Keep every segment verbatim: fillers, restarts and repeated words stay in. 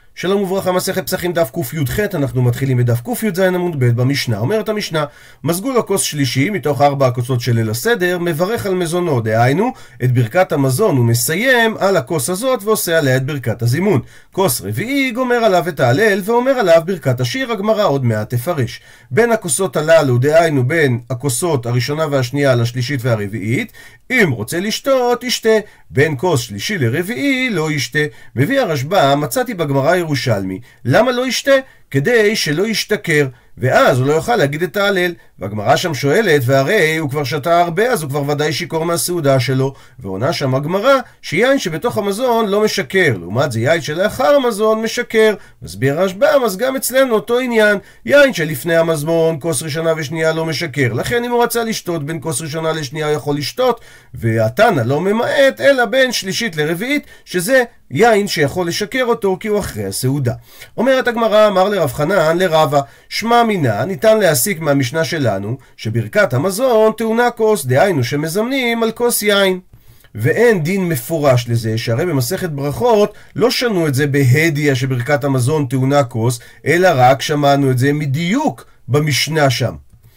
שלום וברכה, מסכת פסחים דף קי"ח, אנחנו מתחילים בדף קי"ז עמוד ב' במשנה. אומרת המשנה, מזגו לו כוס שלישי מתוך ארבע הכוסות של ליל הסדר, מברך על מזונו, דהיינו את ברכת המזון הוא מסיים על הכוס הזאת ועושה עליה את ברכת הזימון. כוס רביעי גומר עליו את ההלל ואומר עליו ברכת השיר, הגמרא עוד מעט תפרש. בין הכוסות הללו, דהיינו בין הכוסות הראשונה והשנייה לשלישית והרביעית, אם רוצה לשתות, ישתה. בין כוס שלישי לרביעי לא ישתה. מביא הרשב"א, מצאתי בגמרא ירושלמי, למה לא ישתה? כדי שלא ישתכר, ואז הוא לא יוכל להגיד את ההלל. והגמרא שם שואלת, והרי הוא כבר שתה הרבה, אז הוא כבר ודאי שיקור מהסעודה שלו. ועונה שם הגמרא שיין שבתוך המזון לא משקר, לעומת זה יין שלאחר המזון משקר. מסביר הרשב"א, אז גם אצלנו אותו עניין, יין שלפני המזון כוס ראשונה ושנייה לא משקר, לכן אם הוא רצה לשתות בין כוס ראשונה לשנייה יכול לשתות, והתנא לא ממעט אלא בין שלישית לרביעית, שזה יין שיכול לשקר אותו כי הוא אחרי הסעודה. אומרת הגמרא, אמר לרב חנן לרבא, שמע מינה, ניתן להסיק מהמשנה שלנו שברכת המזון טעונה כוס, דהיינו שמזמנים על כוס יין. ואין דין מפורש לזה, שהרי במסכת ברכות לא שנו את זה בהדיה שברכת המזון טעונה כוס, אלא רק שמענו את זה מדיוק במשנה שם.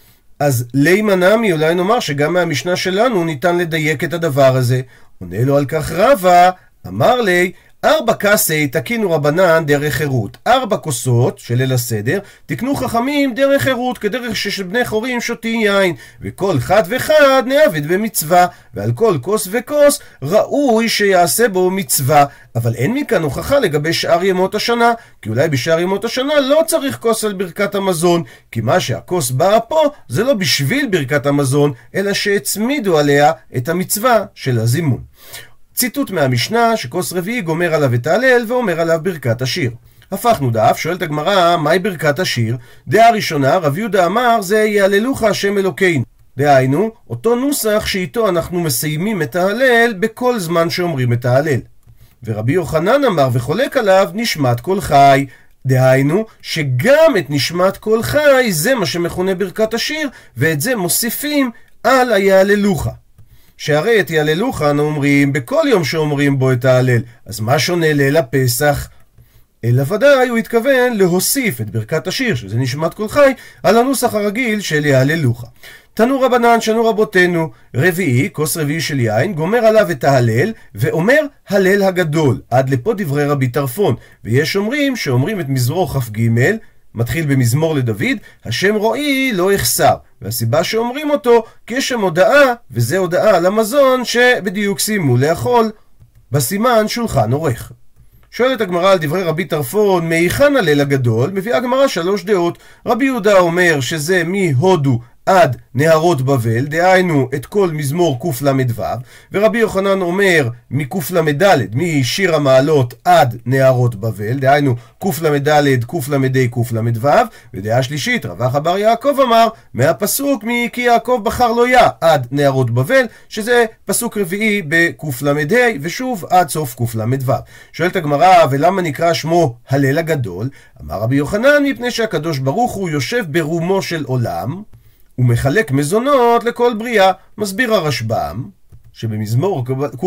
אז לימה נמי, אולי נאמר שגם מהמשנה שלנו ניתן לדייק את הדבר הזה. עונה לו על כך רבא, אמר לי, ארבע כסי תקינו רבנן דרך חירות. ארבע כוסות של ליל הסדר תקנו חכמים דרך חירות, כדרך ששל בני חורים שותים יין, וכל חד וחד נעבד במצווה, ועל כל כוס וכוס ראוי שיעשה בו מצווה. אבל אין מכאן הוכחה לגבי שאר ימות השנה, כי אולי בשאר ימות השנה לא צריך כוס על ברכת המזון, כי מה שהכוס באה פה זה לא בשביל ברכת המזון, אלא שהצמידו עליה את המצווה של הזימון. ציטוט מהמשנה שכוס רביעי גומר עליו את ההלל ואומר עליו ברכת השיר. הפכנו דף, שואלת הגמרא, מהי ברכת השיר? דעה ראשונה, רב יהודה אמר, זה יהללוך השם אלוקינו. דהיינו, אותו נוסח שאיתו אנחנו מסיימים את ההלל בכל זמן שאומרים את ההלל. ורבי יוחנן אמר וחולק עליו, נשמת כל חי. דהיינו, שגם את נשמת כל חי זה מה שמכונה ברכת השיר, ואת זה מוסיפים על היהללוך. שהרי את יהללוך אנו אומרים בכל יום שאומרים בו את ההלל, אז מה שונה ליל הפסח? אלא ודאי הוא התכוון להוסיף את ברכת השיר, שזה נשמת כל חי, על הנוסח הרגיל של יהללוך. תנו רבנן שנו רבותינו, רביעי, כוס רביעי של יין, גומר עליו את ההלל ואומר הלל הגדול. עד לפה דברי רבי טרפון, ויש אומרים שאומרים את מזמור כ"ג, מתחיל במזמור לדוד, השם רואי לא יחסר, והסיבה שאומרים אותו כי יש שם הודעה, וזה הודעה על המזון שבדיוק סיימו לאכול בסימן שולחן עורך. שואלת הגמרא על דברי רבי טרפון, מהיכן הלל הגדול? מביאה הגמרא שלוש דעות. רבי יהודה אומר שזה מהודו עד נהרות בבל, דהיינו את כל מזמור קל"ו, ורבי יוחנן אומר מקל"ד, משיר המעלות עד נהרות בבל, דהיינו קל"ד, קל"ה, קל"ו, ודעה שלישית, רווח בר יעקב אמר מהפסוק מכי יעקב בחר לו יה עד נהרות בבל, שזה פסוק רביעי בקל"ה, ושוב עד סוף קל"ו. שואלת הגמרא, ולמה נקרא שמו הלל הגדול? אמר רבי יוחנן, מפני שהקדוש ברוך הוא יושב ברומו של עולם ומחלק מזונות לכל בריאה. מסביר הרשב"ם שבמזמור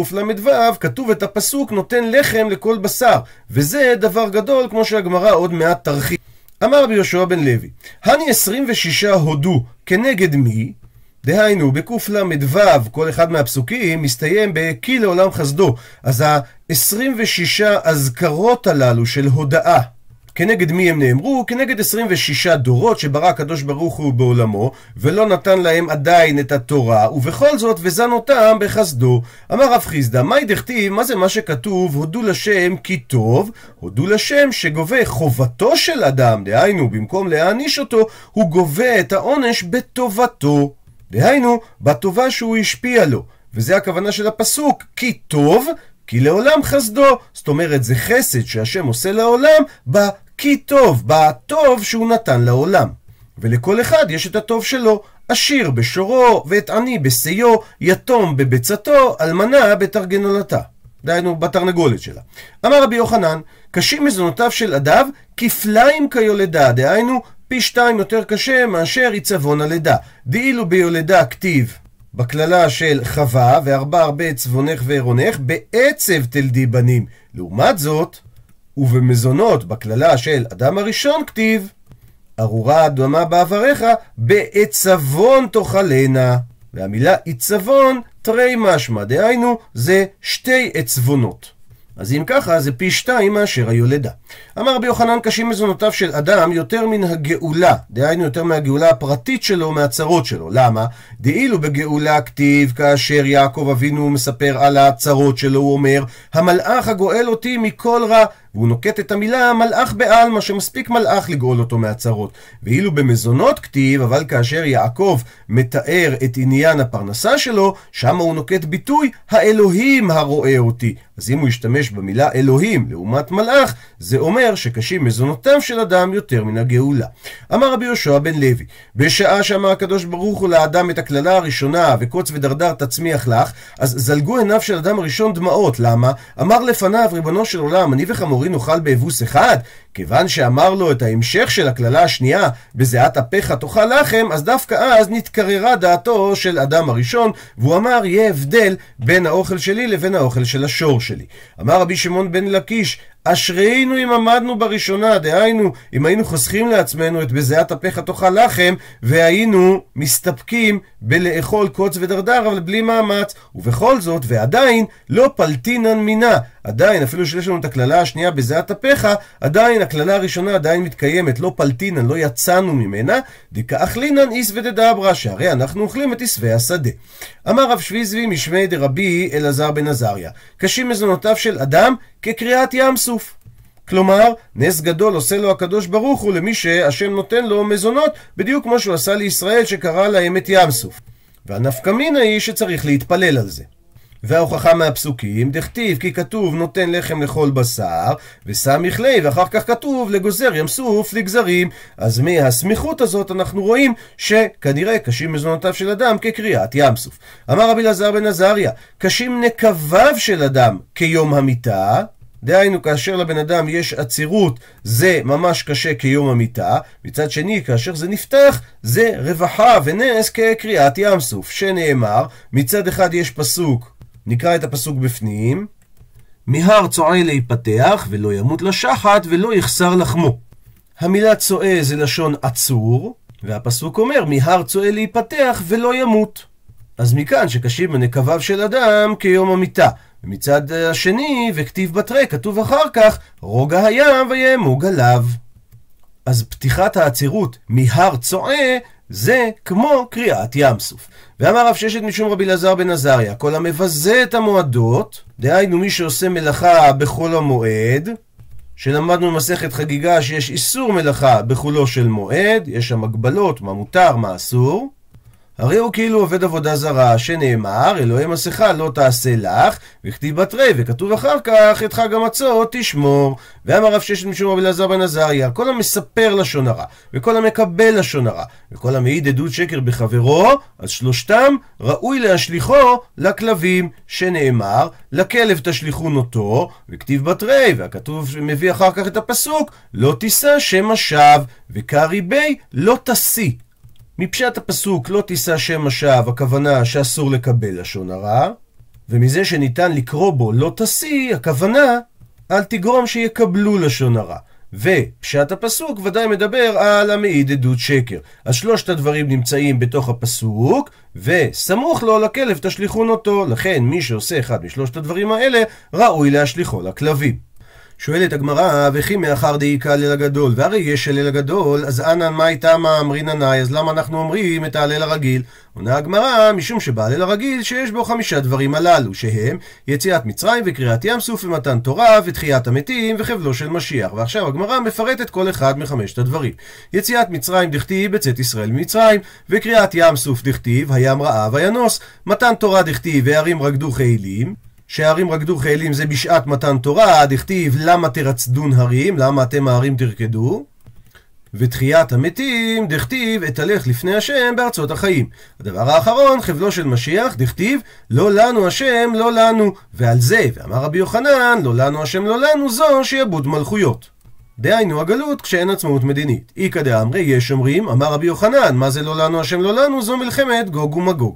קל"ו כתוב את הפסוק נותן לחם לכל בשר, וזה דבר גדול כמו שהגמרא עוד מעט תרחיב. אמר רבי יהושע בן לוי, הני עשרים ושישה הודו כנגד מי? דהיינו בקל"ו כל אחד מהפסוקים מסתיים בכי לעולם חסדו, אז ה-עשרים ושישה הזכרות הללו של הודאה כנגד מי הם נאמרו? כנגד עשרים ושישה דורות שברא הקדוש ברוך הוא בעולמו ולא נתן להם עדיין את התורה, ובכל זאת וזן אותם בחסדו. אמר רב חיסדא, מהי דכתיב? מה זה מה שכתוב? הודו לשם כי טוב, הודו לשם שגובה חובתו של אדם, דהיינו במקום להעניש אותו הוא גובה את העונש בטובתו, דהיינו בטובה שהוא השפיע לו, וזה הכוונה של הפסוק, כי טוב כי לעולם חסדו. זאת אומרת זה חסד שהשם עושה לעולם כי טוב, בטוב שהוא נתן לעולם. ולכל אחד יש את הטוב שלו, עשיר בשורו, ואת עני בשיו, יתום בביצתו, אלמנה בתרגנולתה. דהיינו בתרנגולת שלה. אמר רבי יוחנן, קשים מזונותיו של אדם כפליים כיולדה, דהיינו פי שתיים יותר קשה מאשר עיצבון הלידה. דאילו ביולדה כתיב בכללה של חווה, וארבע הרבה צבונך ועירונך, בעצב תלדי בנים. לעומת זאת, ובמזונות בכללה של אדם הראשון כתיב, ארורה אדמה בעבריך, בעצבון תאכלנה. והמילה עיצבון תרי משמע, דהיינו זה שתי עצבונות. אז אם ככה זה פי שתיים מאשר היולדה. אמר רבי יוחנן, קשים מזונותיו של אדם יותר מן הגאולה, דהיינו יותר מהגאולה הפרטית שלו, מהצרות שלו. למה? דאילו בגאולה כתיב, כאשר יעקב אבינו מספר על הצרות שלו, הוא אומר, המלאך הגואל אותי מכל רע, והוא נוקט את המילה מלאך בעלמא, שמספיק מלאך לגאול אותו מהצרות. ואילו במזונות כתיב, אבל כאשר יעקב מתאר את עניין הפרנסה שלו, שם הוא נוקט ביטוי האלוהים הרואה אותי. אז אם הוא ישתמש במילה אלוהים לעומת מלאך, זה אומר שקשים מזונותיו של אדם יותר מן הגאולה. אמר רבי יהושע בן לוי, בשעה שאמר הקדוש ברוך הוא לאדם את הכללה הראשונה, וקוץ ודרדר תצמיח לך, אז זלגו עיניו של אדם הראשון דמעות. למה? אמר לפניו, ריבונו של עולם, אני וחמורי נאכל באבוס אחד. כיוון שאמר לו את ההמשך של הכללה השנייה, בזיעת אפיך תאכל לחם, אז דווקא אז נתקררה דעתו של אדם הראשון, והוא אמר, יהיה הבדל בין האוכל שלי לבין האוכל של השור שלי. אמר רבי שמעון בן לקיש, אשרינו אם עמדנו בראשונה, דהיינו, אם היינו חוסכים לעצמנו את בזיעת אפיך תאכל לחם, והיינו מסתפקים בלאכול קוץ ודרדר, אבל בלי מאמץ. ובכל זאת, ועדיין, לא פלטינן מינה. עדיין, אפילו שיש לנו את הכללה השנייה בזיעת אפיך, עדיין הכללה הראשונה עדיין מתקיימת, לא פלטינן, לא יצאנו ממנה, דכאכלינן איס ודדברה, שהרי אנחנו אוכלים את עשבי השדה. אמר רב שביזוי משמי דרבי אלעזר בן עזריה, קשים מזונותיו של אדם כקריאת ים סוף. כלומר, נס גדול עושה לו הקדוש ברוך הוא למי שהשם נותן לו מזונות, בדיוק כמו שהוא עשה לישראל שקרא להם את ים סוף. והנפקא מינה היא שצריך להתפלל על זה. וההוכחה מהפסוקים, דכתיב כי כתוב נותן לחם לכל בשר, וסמיך ליה, ואחר כך כתוב לגוזר ים סוף לגזרים. אז מהסמיכות הזאת אנחנו רואים שכנראה קשים מזונותיו של אדם כקריאת ים סוף. אמר רבי אלעזר בן עזריה, קשים נקביו של אדם כיום המיטה, דהיינו כאשר לבן אדם יש עצירות זה ממש קשה כיום המיטה, מצד שני כאשר זה נפתח זה רווחה ונס כקריאת ים סוף, שנאמר מצד אחד יש פסוק, נקרא את הפסוק בפנים, מהר צועה להיפתח ולא ימות לשחת ולא יחסר לחמו. המילה צועה זה לשון עצור, והפסוק אומר מהר צועה להיפתח ולא ימות. אז מכאן שקשים הנקביו של אדם כיום המיטה. ומצד השני, וכתיב בתרי, כתוב אחר כך, רוגע הים ויאמוג עליו. אז פתיחת העצירות מהר צועה, זה כמו קריאת ים סוף. ואמר רב ששת משום רבי אלעזר בן עזריה, כל המבזה את המועדות, דהיינו מי שעושה מלאכה בחול המועד, שלמדנו במסכת חגיגה שיש איסור מלאכה בחולו של מועד, יש שם הגבלות, מה מותר, מה אסור, הרי הוא כאילו עובד עבודה זרה, שנאמר, אלוהי מסכה לא תעשה לך, וכתיב בתרי, וכתוב אחר כך, את חג המצות תשמור. ואמר רב ששת משום רבי אלעזר בן עזריה, כל המספר לשון הרע, וכל המקבל לשון הרע, וכל המעיד עדות שקר בחברו, אז שלושתם ראוי להשליחו לכלבים, שנאמר, לכלב תשליכון אותו, וכתיב בתרי, והכתוב מביא אחר כך את הפסוק, לא תישא שם השווא, וקריבי לא תשיא. מפשט הפסוק לא תישא שם השווא, הכוונה שאסור לקבל לשון הרע, ומזה שניתן לקרוא בו לא תשיא, הכוונה אל תגרום שיקבלו לשון הרע. ופשט הפסוק ודאי מדבר על המעיד עדות שקר. אז שלושת הדברים נמצאים בתוך הפסוק, וסמוך לו לכלב תשליכון אותו. לכן מי שעושה אחד משלושת הדברים האלה ראוי להשליחו לכלבים. שואלת הגמרא, וכי מאחר דאיכא הלל הגדול, והרי יש הלל הגדול, אז אנן מאי תמא אמרינן, אז למה אנחנו אומרים את ההלל הרגיל? עונה הגמרא, משום שבהלל הרגיל שיש בו חמישה דברים הללו, שהם יציאת מצרים וקריאת ים סוף ומתן תורה ותחיית המתים וחבלו של משיח. ועכשיו הגמרא מפרטת כל אחד מחמשת הדברים. יציאת מצרים דכתיב בצאת ישראל ממצרים, וקריאת ים סוף דכתיב הים רעב וינוס, מתן תורה דכתיב והרים רקדו חיילים, שהרים רקדו חיילים זה בשעת מתן תורה, דכתיב למה תרצדון הרים, למה אתם ההרים תרקדו, ותחיית המתים דכתיב אתהלך לפני השם בארצות החיים. הדבר האחרון, חבלו של משיח, דכתיב לא לנו השם לא לנו, ועל זה ואמר רבי יוחנן לא לנו השם לא לנו, זו שיבוד מלכויות, דהיינו הגלות כשאין עצמאות מדינית. איכא דאמרי יש אומרים, אמר רבי יוחנן, מה זה לא לנו השם לא לנו? זו מלחמת גוג ומגוג.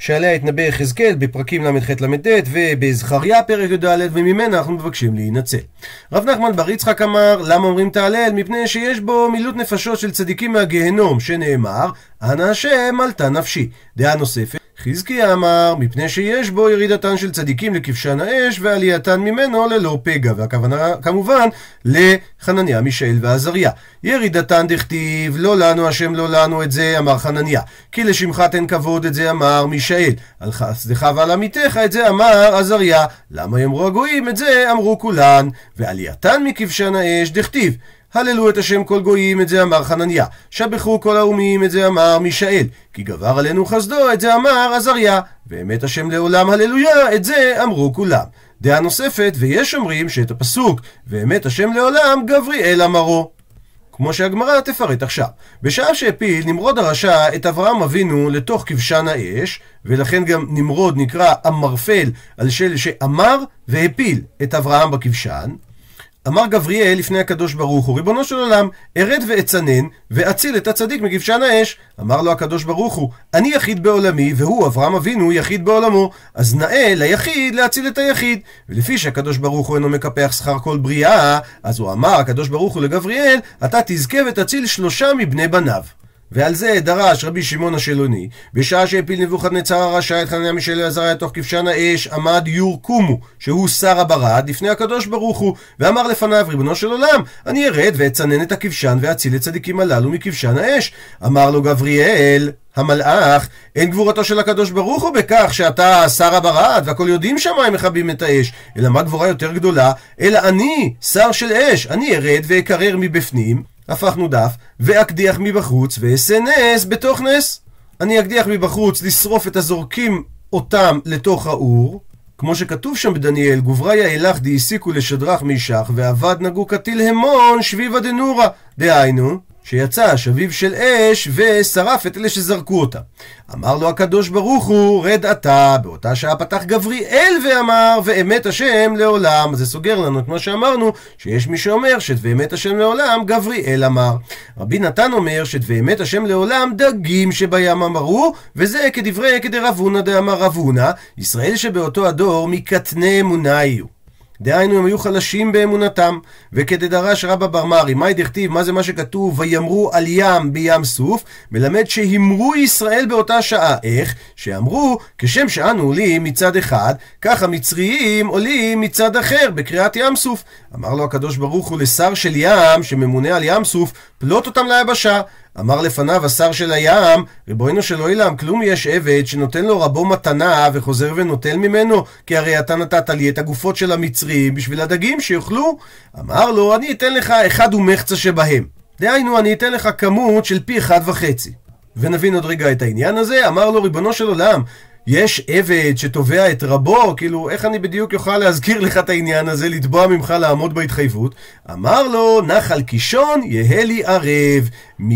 שעליה התנבא יחזקאל בפרקים למד ח' למד ט' ובזכריה פרק י"ד, וממנה אנחנו מבקשים להינצל. רב נחמן בר יצחק אמר, למה אומרים את ההלל? מפני שיש בו מילוט נפשות של צדיקים מהגהנום, שנאמר, אנא השם עלתה נפשי. דעה נוספת, חזקיה אמר, מפני שיש בו ירידתן של צדיקים לכבשן האש ועלייתן ממנו ללא פגע, והכוונה כמובן לחנניה, מישאל ועזריה. ירידתן דכתיב, לא לנו השם לא לנו, את זה אמר חנניה, כי לשמך תן כבוד, את זה אמר מישאל, על חסדך ועל עמיתך, את זה אמר עזריה. למה יאמרו הגויים? את זה אמרו כולן. ועלייתן מכבשן האש דכתיב, הללו את השם כל גויים, את זה אמר חנניה. שבחו כל האומים, את זה אמר מישאל, כי גבר עלינו חסדו, את זה אמר עזריה. ואמת השם לעולם הללויה, את זה אמרו כולם. דעה נוספת, ויש אומרים שאת הפסוק ואמת השם לעולם גבריאל אמרו, כמו שהגמרא תפרט עכשיו. בשעה שהפיל נמרוד הרשע את אברהם אבינו לתוך כבשן האש, ולכן גם נמרוד נקרא אמרפל על של שאמר והפיל את אברהם בכבשן, אמר גבריאל לפני הקדוש ברוך הוא, ריבונו של עולם, ארד ואצנן ואציל את הצדיק מכבשן האש. אמר לו הקדוש ברוך הוא, אני יחיד בעולמי והוא אברהם אבינו יחיד בעולמו, אז נאה ליחיד להציל את היחיד. ולפי שהקדוש ברוך הוא אינו מקפח שכר כל בריאה, אז הוא אמר הקדוש ברוך הוא לגבריאל, אתה תזכה ותציל שלושה מבני בניו. ועל זה דרש רבי שמעון השילוני, בשעה שהפיל נבוכדנצר הרשע את חנניה מישאל ועזריה תוך כבשן האש, עמד יורקומו, שהוא שר הברד, לפני הקדוש ברוך הוא, ואמר לפניו, ריבונו של עולם, אני ארד ואצנן את הכבשן ואציל את צדיקים הללו מכבשן האש. אמר לו גבריאל המלאך, אין גבורתו של הקדוש ברוך הוא בכך שאתה שר הברד והכל יודעים שמיים מכבים את האש, אלא מה גבורה יותר גדולה? אלא אני שר של אש, אני ארד ואקרר מבפנים, הפכנו דף, ואקדיח מבחוץ ואסנס בתוך נס. אני אקדיח מבחוץ לשרוף את הזורקים אותם לתוך האור, כמו שכתוב שם בדניאל, גובריה אלך דהסיקו לשדרך מישך ועבד נגו כתיל המון שביבה דנורה, דהיינו שיצא שביב של אש ושרף את אלה שזרקו אותה. אמר לו הקדוש ברוך הוא, רד אתה. באותה שעה פתח גבריאל ואמר, ואמת השם לעולם. אז זה סוגר לנו את מה שאמרנו, שיש מי שאומר שאת ואמת השם לעולם גבריאל אמר. רבי נתן אומר שאת ואמת השם לעולם דגים שבים אמרו, וזה כדברי כדרב הונא דאמר רב הונא, ישראל שבאותו הדור מקטני אמונה יהיו. דהיינו הם היו חלשים באמונתם. וכדדרש רבא בר מרי, מה דכתיב, מה זה מה שכתוב וימרו על ים בים סוף, מלמד שהמרו ישראל באותה שעה. איך? שאמרו כשם שאנו עולים מצד אחד, כך המצריים עולים מצד אחר בקריאת ים סוף. אמר לו הקדוש ברוך הוא לשר של ים שממונה על ים סוף, פלוט אותם ליבשה. אמר לפניו השר של הים, ריבונו של עולם, כלום יש עבד שנותן לו רבו מתנה וחוזר ונוטל ממנו, כי הרי אתה נתת לי את הגופות של המצרים בשביל הדגים שיאכלו. אמר לו, אני אתן לך אחד ומחצה שבהם, דהיינו אני אתן לך כמות של פי אחד וחצי. ונבין עוד רגע את העניין הזה. אמר לו, ריבונו של עולם, יש עבד שתובע את רבו, כאילו איך אני בדיוק יוכל להזכיר לך את העניין הזה, לתבוע ממך לעמוד בהתחייבות? אמר לו, נחל קישון יהא לי ערב.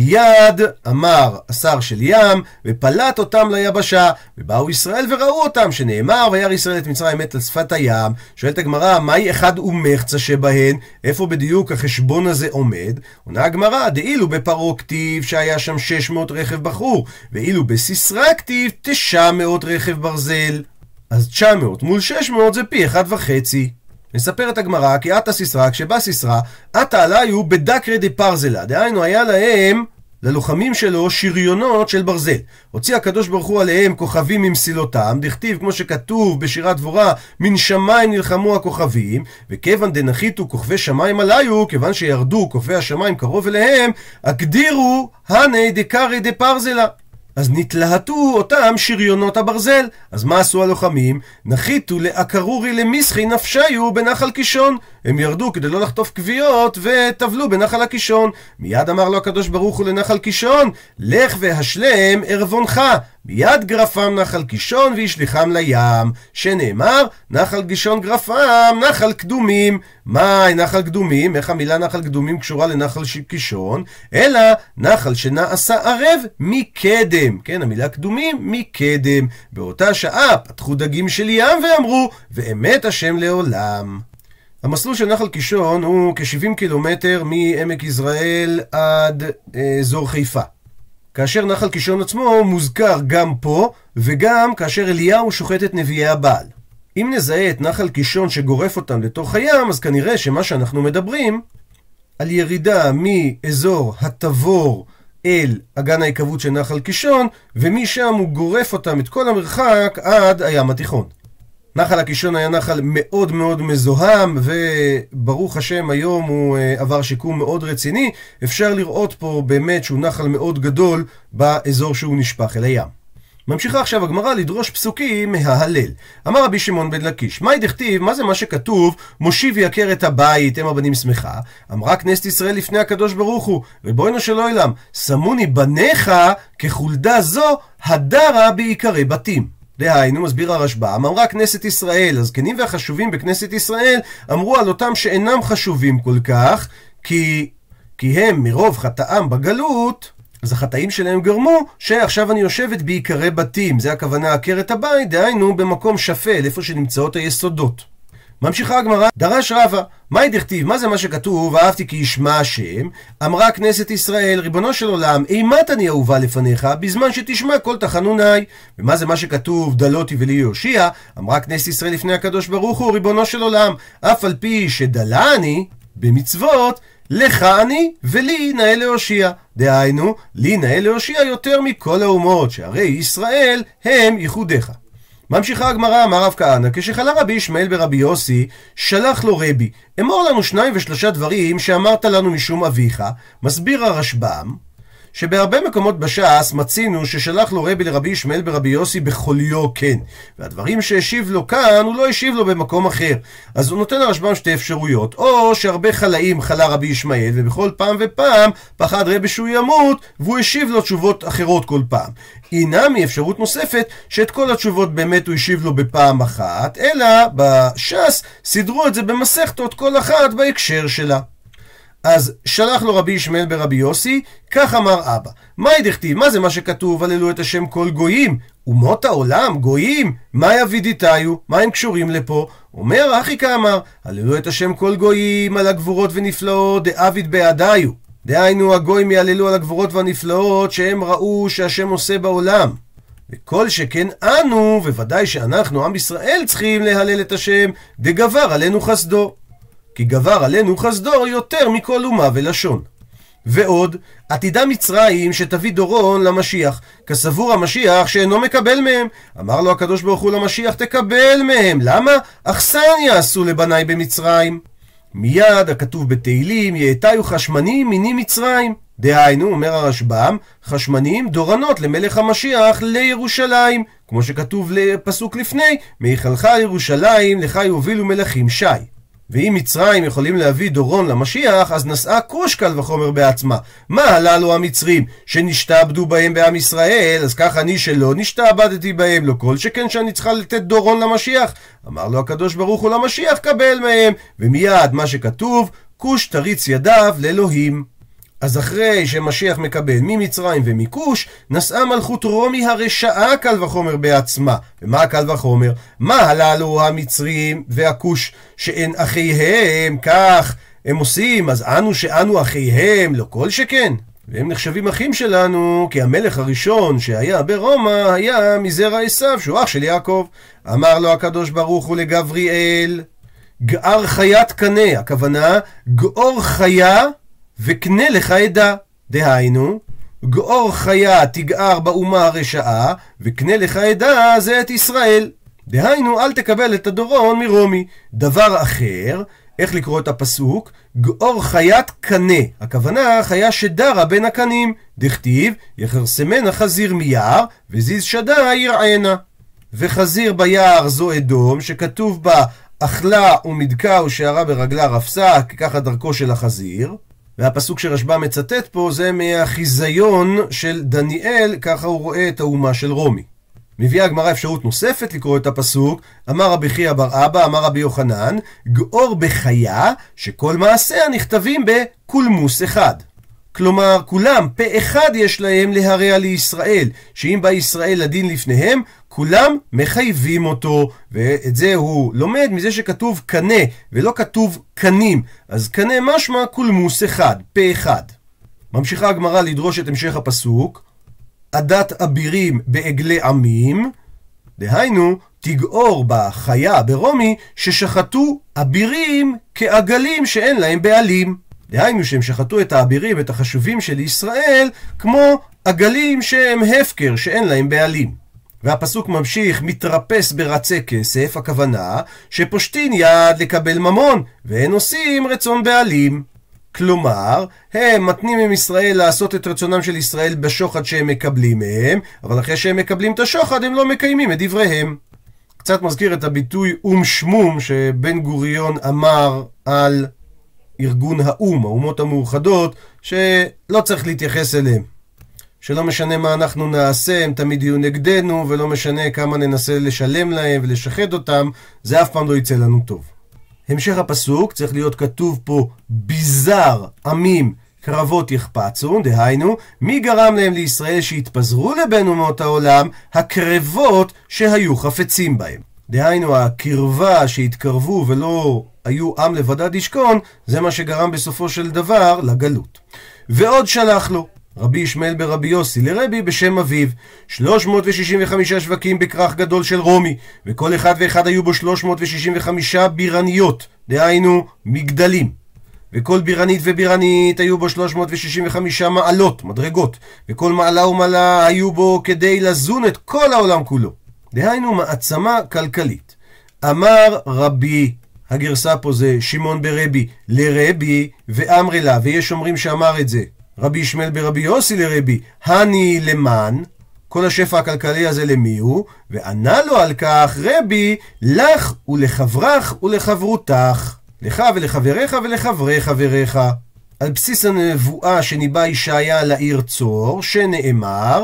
מיד אמר השר של ים ופלט אותם ליבשה, ובאו ישראל וראו אותם, שנאמר וירא ישראל את מצרים מת על שפת הים. שואלת הגמרא, מהי אחד ומחצה שבהן? איפה בדיוק החשבון הזה עומד? עונה הגמרא, דאילו בפרעה כתיב שהיה שם שש מאות רכב בחור, ואילו בסיסרא כתיב תשע מאות רכב ברזל. אז תשע מאות מול שש מאות זה פי אחד וחצי. נספר את הגמרא, כי עתה סיסרא, כשבא סיסרא, עתה עליו בדקרא דפרזלה, דהיינו היה להם, ללוחמים שלו, שריונות של ברזל. הוציא הקדוש ברוך הוא עליהם כוכבים ממסילותם, דכתיב כמו שכתוב בשירת דבורה, מן שמיים נלחמו הכוכבים, וכיוון דנחיתו כוכבי שמיים עליו, כיוון שירדו כוכבי השמיים קרוב אליהם, הגדירו הני דקרא דפרזלה. אז נתלהטו אותם שריונות הברזל. אז מה עשו הלוחמים? נחיתו לאקרורי למסחי נפשיו בנחל קישון. הם ירדו כדי לא לחטוף כוויות וטבלו בנחל הקישון. מיד אמר לו הקדוש ברוך הוא לנחל קישון, לך והשלם ערבונך. מיד גרפם נחל קישון וישליחם לים, שנאמר נחל קישון גרפם נחל קדומים. מהי נחל קדומים? איך המילה נחל קדומים קשורה לנחל קישון? אלא נחל שנעשה ערב מקדם. כן, המילה קדומים מקדם. באותה שעה פתחו דגים של ים ואמרו, ואמת השם לעולם. המסלול של נחל קישון הוא כ-שבעים קילומטר מעמק יזרעאל עד אזור חיפה. כאשר נחל קישון עצמו מוזכר גם פה, וגם כאשר אליהו שוחט את נביאי הבעל. אם נזהה את נחל קישון שגורף אותם לתוך הים, אז כנראה שמה שאנחנו מדברים על ירידה מאזור התבור אל אגן העיקבות של נחל קישון, ומשם הוא גורף אותם את כל המרחק עד הים התיכון. נחל הקישון היה נחל מאוד מאוד מזוהם, וברוך השם היום הוא עבר שיקום מאוד רציני. אפשר לראות פה באמת שהוא נחל מאוד גדול באזור שהוא נשפך אל הים. ממשיכה עכשיו הגמרא לדרוש פסוקים מההלל. אמר רבי שמעון בן לקיש, מהי דכתיב, מה זה מה שכתוב, מושיב יקר את הבית, הם הבנים שמחה. אמרה כנסת ישראל לפני הקדוש ברוך הוא, ריבונו של עולם, שמוני בניך כחולדה זו הדרה בעיקרי בתים. דהיינו, מסביר הרשב"ם, אמרה כנסת ישראל, הזקנים והחשובים בכנסת ישראל אמרו על אותם שאינם חשובים כל כך, כי, כי הם מרוב חטאם בגלות, אז החטאים שלהם גרמו שעכשיו אני יושבת בעיקרי בתים. זה הכוונה עקרת הבית, דהיינו במקום שפל, איפה שנמצאות היסודות. ממשיכה הגמרא, דרש רבא, מהי דכתיב, מה זה מה שכתוב, אהבתי כי ישמע השם, אמרה כנסת ישראל, ריבונו של עולם, אימת אני אהובה לפניך, בזמן שתשמע כל תחנוני. ומה זה מה שכתוב, דלותי ולי יושיע, אמרה כנסת ישראל לפני הקדוש ברוך הוא, ריבונו של עולם, אף על פי שדלה אני במצוות, לך אני ולי נאה להושיע. דהיינו, לי נאה להושיע יותר מכל האומות, שהרי ישראל הם ייחודיך. ממשיכה הגמרא, אמר רב כהנא, כשחלה רבי ישמעאל ברבי יוסי, שלח לו רבי, אמור לנו שניים ושלושה דברים שאמרת לנו משום אביך. מסביר הרשב"ם, שבהרבה מקומות בש"ס מצינו ששלח לו רבי לרבי ישמעאל ברבי יוסי בחוליו כן, והדברים שהשיב לו כאן הוא לא השיב לו במקום אחר. אז הוא נותן לרשב"ם שתי אפשרויות, או שהרבה חלאים חלה רבי ישמעאל ובכל פעם ופעם פחד רבי שהוא ימות והוא השיב לו תשובות אחרות כל פעם. הנה מאפשרות נוספת שאת כל התשובות באמת הוא השיב לו בפעם אחת, אלא בש"ס סידרו את זה במסכתות כל אחת בהקשר שלה. אז שלח לו רבי ישמעאל ברבי יוסי, כך אמר אבא. מהי דכתיב, מה זה מה שכתוב, הללו את השם כל גויים? אומות העולם, גויים? מה יבידיתיו? מה הם קשורים לפה? אומר אחי כאמר, הללו את השם כל גויים על הגבורות ונפלאות דאביד בעדיו. דהיינו הגויים יעללו על הגבורות והנפלאות שהם ראו שהשם עושה בעולם. וכל שכן אנו, וודאי שאנחנו עם ישראל צריכים להלל את השם, דגבר עלינו חסדו. כי גבר עלינו חסדו יותר מכל אומה ולשון. ועוד, עתידה מצרים שתביא דורון למשיח, כסבור המשיח שאינו מקבל מהם. אמר לו הקדוש ברוך הוא למשיח, תקבל מהם. למה? אכסניה עשו לבניי במצרים. מיד הכתוב בתהילים, יאתיו חשמנים מיני מצרים. דהיינו, אומר הרשב"ם, חשמנים דורנות למלך המשיח לירושלים, כמו שכתוב לפסוק לפני, מהיכלך לירושלים לך יובילו מלכים שי. ואם מצרים יכולים להביא דורון למשיח, אז נשאה כוש קל וחומר בעצמה. מה הללו המצרים שנשתעבדו בהם בעם ישראל, אז כך אני שלא נשתעבדתי בהם, לא כל שכן שאני צריכה לתת דורון למשיח. אמר לו הקדוש ברוך הוא למשיח, קבל מהם. ומיד מה שכתוב, כוש תריץ ידיו לאלוהים. אז אחרי שמשיח מקבל ממצרים ומכוש, נשאה מלכות רומי הרשעה קל וחומר בעצמה. ומה קל וחומר? מה הללו המצרים והכוש שאין אחיהם, כך הם עושים, אז אנו שאנו אחיהם, לא כל שכן. והם נחשבים אחים שלנו, כי המלך הראשון שהיה ברומא היה מזרע עשיו, שהוא אח של יעקב. אמר לו הקדוש ברוך הוא לגבריאל, גער חיית קנה, הכוונה גאור חיה וקנה לך עדה. דהיינו, גאור חיה תגער באומה הרשעה, וקנה לך עדה זה את ישראל. דהיינו, אל תקבל את הדורון מרומי. דבר אחר, איך לקרוא את הפסוק? גאור חיית קנה, הכוונה חיה שדרה בין הקנים. דכתיב, יחרסמנה חזיר מיער, וזיז שדה ירענה. וחזיר ביער זו אדום, שכתוב בה אכלה ומדקה ושערה ברגלה רפסה, ככה דרכו של החזיר. והפסוק שרשב"ם מצטט פה זה מהחיזיון של דניאל, ככה הוא רואה את האומה של רומי. מביאה הגמרא אפשרות נוספת לקרוא את הפסוק, אמר רבי חייא בר אבא, אמר רבי יוחנן, גאור בחיה שכל מעשיה נכתבים בקולמוס אחד. כלומר, כולם פה אחד יש להם להרע לישראל, שאם בא ישראל לדין לפניהם, כולם מחייבים אותו, ואת זה הוא לומד מזה שכתוב קנה ולא כתוב קנים, אז קנה משמע קולמוס אחד, פה אחד. ממשיכה הגמרא לדרוש את המשך הפסוק, עדת אבירים בעגלי עמים, דהיינו, תגעור בחיה ברומי ששחטו אבירים כעגלים שאין להם בעלים. דהיינו שהם שחטו את האבירים, את החשובים של ישראל, כמו עגלים שהם הפקר, שאין להם בעלים. והפסוק ממשיך, מתרפס ברצי כסף, הכוונה שפושטין יד לקבל ממון, ואין עושים רצון בעלים. כלומר, הם מתנים עם ישראל לעשות את רצונם של ישראל בשוחד שהם מקבלים מהם, אבל אחרי שהם מקבלים את השוחד הם לא מקיימים את דבריהם. קצת מזכיר את הביטוי אום שמום שבן גוריון אמר על ארגון האום, האומות המאוחדות, שלא צריך להתייחס אליהם. שלא משנה מה אנחנו נעשה, הם תמיד יהיו נגדנו, ולא משנה כמה ננסה לשלם להם ולשחד אותם, זה אף פעם לא יצא לנו טוב. המשך הפסוק צריך להיות כתוב פה, ביזר עמים קרבות יחפצון, דהיינו, מי גרם להם לישראל שהתפזרו לבין אומות העולם? הקרבות שהיו חפצים בהם. דהיינו, הקרבה שהתקרבו ולא היו עם לבדד ישכון, זה מה שגרם בסופו של דבר לגלות. ועוד שלח לו רבי ישמעאל ברבי יוסי לרבי בשם אביו שלוש מאות ושישים וחמישה שווקים בכרך גדול של רומי, וכל אחד ואחד היו בו שלוש מאות ושישים וחמישה בירניות, דהיינו מגדלים, וכל בירנית ובירנית היו בו שלוש מאות ושישים וחמישה מעלות, מדרגות, וכל מעלה ומעלה היו בו כדי לזון את כל העולם כולו, דהיינו מעצמה כלכלית. אמר רבי, הגרסה פה זה שמעון ברבי לרבי ואמרי לה, ויש אומרים שאמר את זה רבי ישמעאל ברבי יוסי לרבי, הני למען, כל השפע הכלכלי הזה למי הוא? וענה לו על כך רבי, לך ולחברך ולחברותך, לך ולחבריך ולחברי חבריך. על בסיס הנבואה שניבא ישעיה לעיר צור, שנאמר,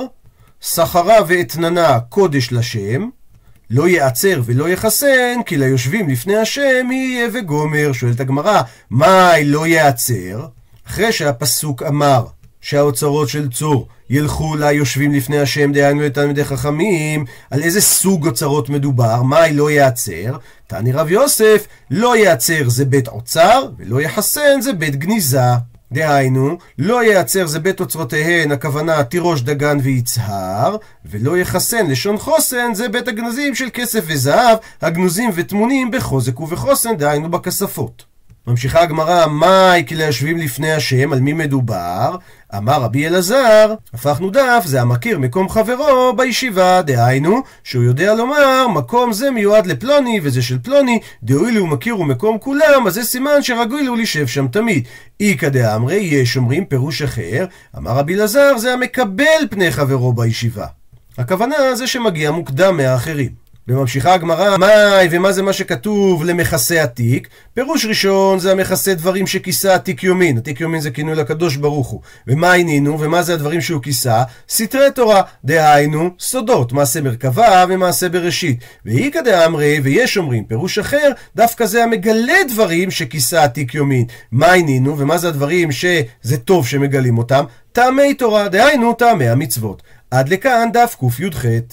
שכרה ואתננה קודש לשם, לא יעצר ולא יחסן, כי ליושבים לפני השם יהיה וגומר. שואלת הגמרא, מה לא יעצר? אחרי שהפסוק אמר שהאוצרות של צור ילכו ליושבים לפני השם, דהיינו לתלמידי חכמים, על איזה סוג אוצרות מדובר? מה לא יעצר? תני רב יוסף, לא יעצר זה בית אוצר, ולא יחסן זה בית גניזה. דהיינו, לא יעצר זה בית אוצרותיהן, הכוונה תירוש דגן ויצהר, ולא יחסן לשון חוסן זה בית הגנזים של כסף וזהב, הגנוזים ותמונים בחוזק ובחוסן, דהיינו בכספות. ממשיכה הגמרא, מאי כי ליושבים לפני השם, על מי מדובר? אמר רבי אלעזר, הפכנו דף, זה המכיר מקום חברו בישיבה, דהיינו שהוא יודע לומר מקום זה מיועד לפלוני וזה של פלוני, דהוילי הוא מכיר ומקום כולם, אז זה סימן שרגוי לו להישב שם תמיד. איקא דאמרי, יש אומרים פירוש אחר, אמר רבי אלעזר, זה המקבל פני חברו בישיבה, הכוונה זה שמגיע מוקדם מהאחרים. וממשיכה הגמרא, מאי ומה זה מה שכתוב למכסה עתיק? פירוש ראשון זה המכסה דברים שכיסה עתיק יומין, עתיק יומין זה כינוי לקדוש ברוך הוא. ומה עינינו ומה זה הדברים שהוא כיסה? סתרי תורה, דהיינו סודות, מעשה מרכבה ומעשה בראשית. ואיקא דאמרי, ויש אומרים פירוש אחר, דווקא זה המגלה דברים שכיסה עתיק יומין. מה עינינו ומה זה הדברים שזה טוב שמגלים אותם? טעמי תורה, דהיינו טעמי המצוות. עד לכאן דף קי"ח.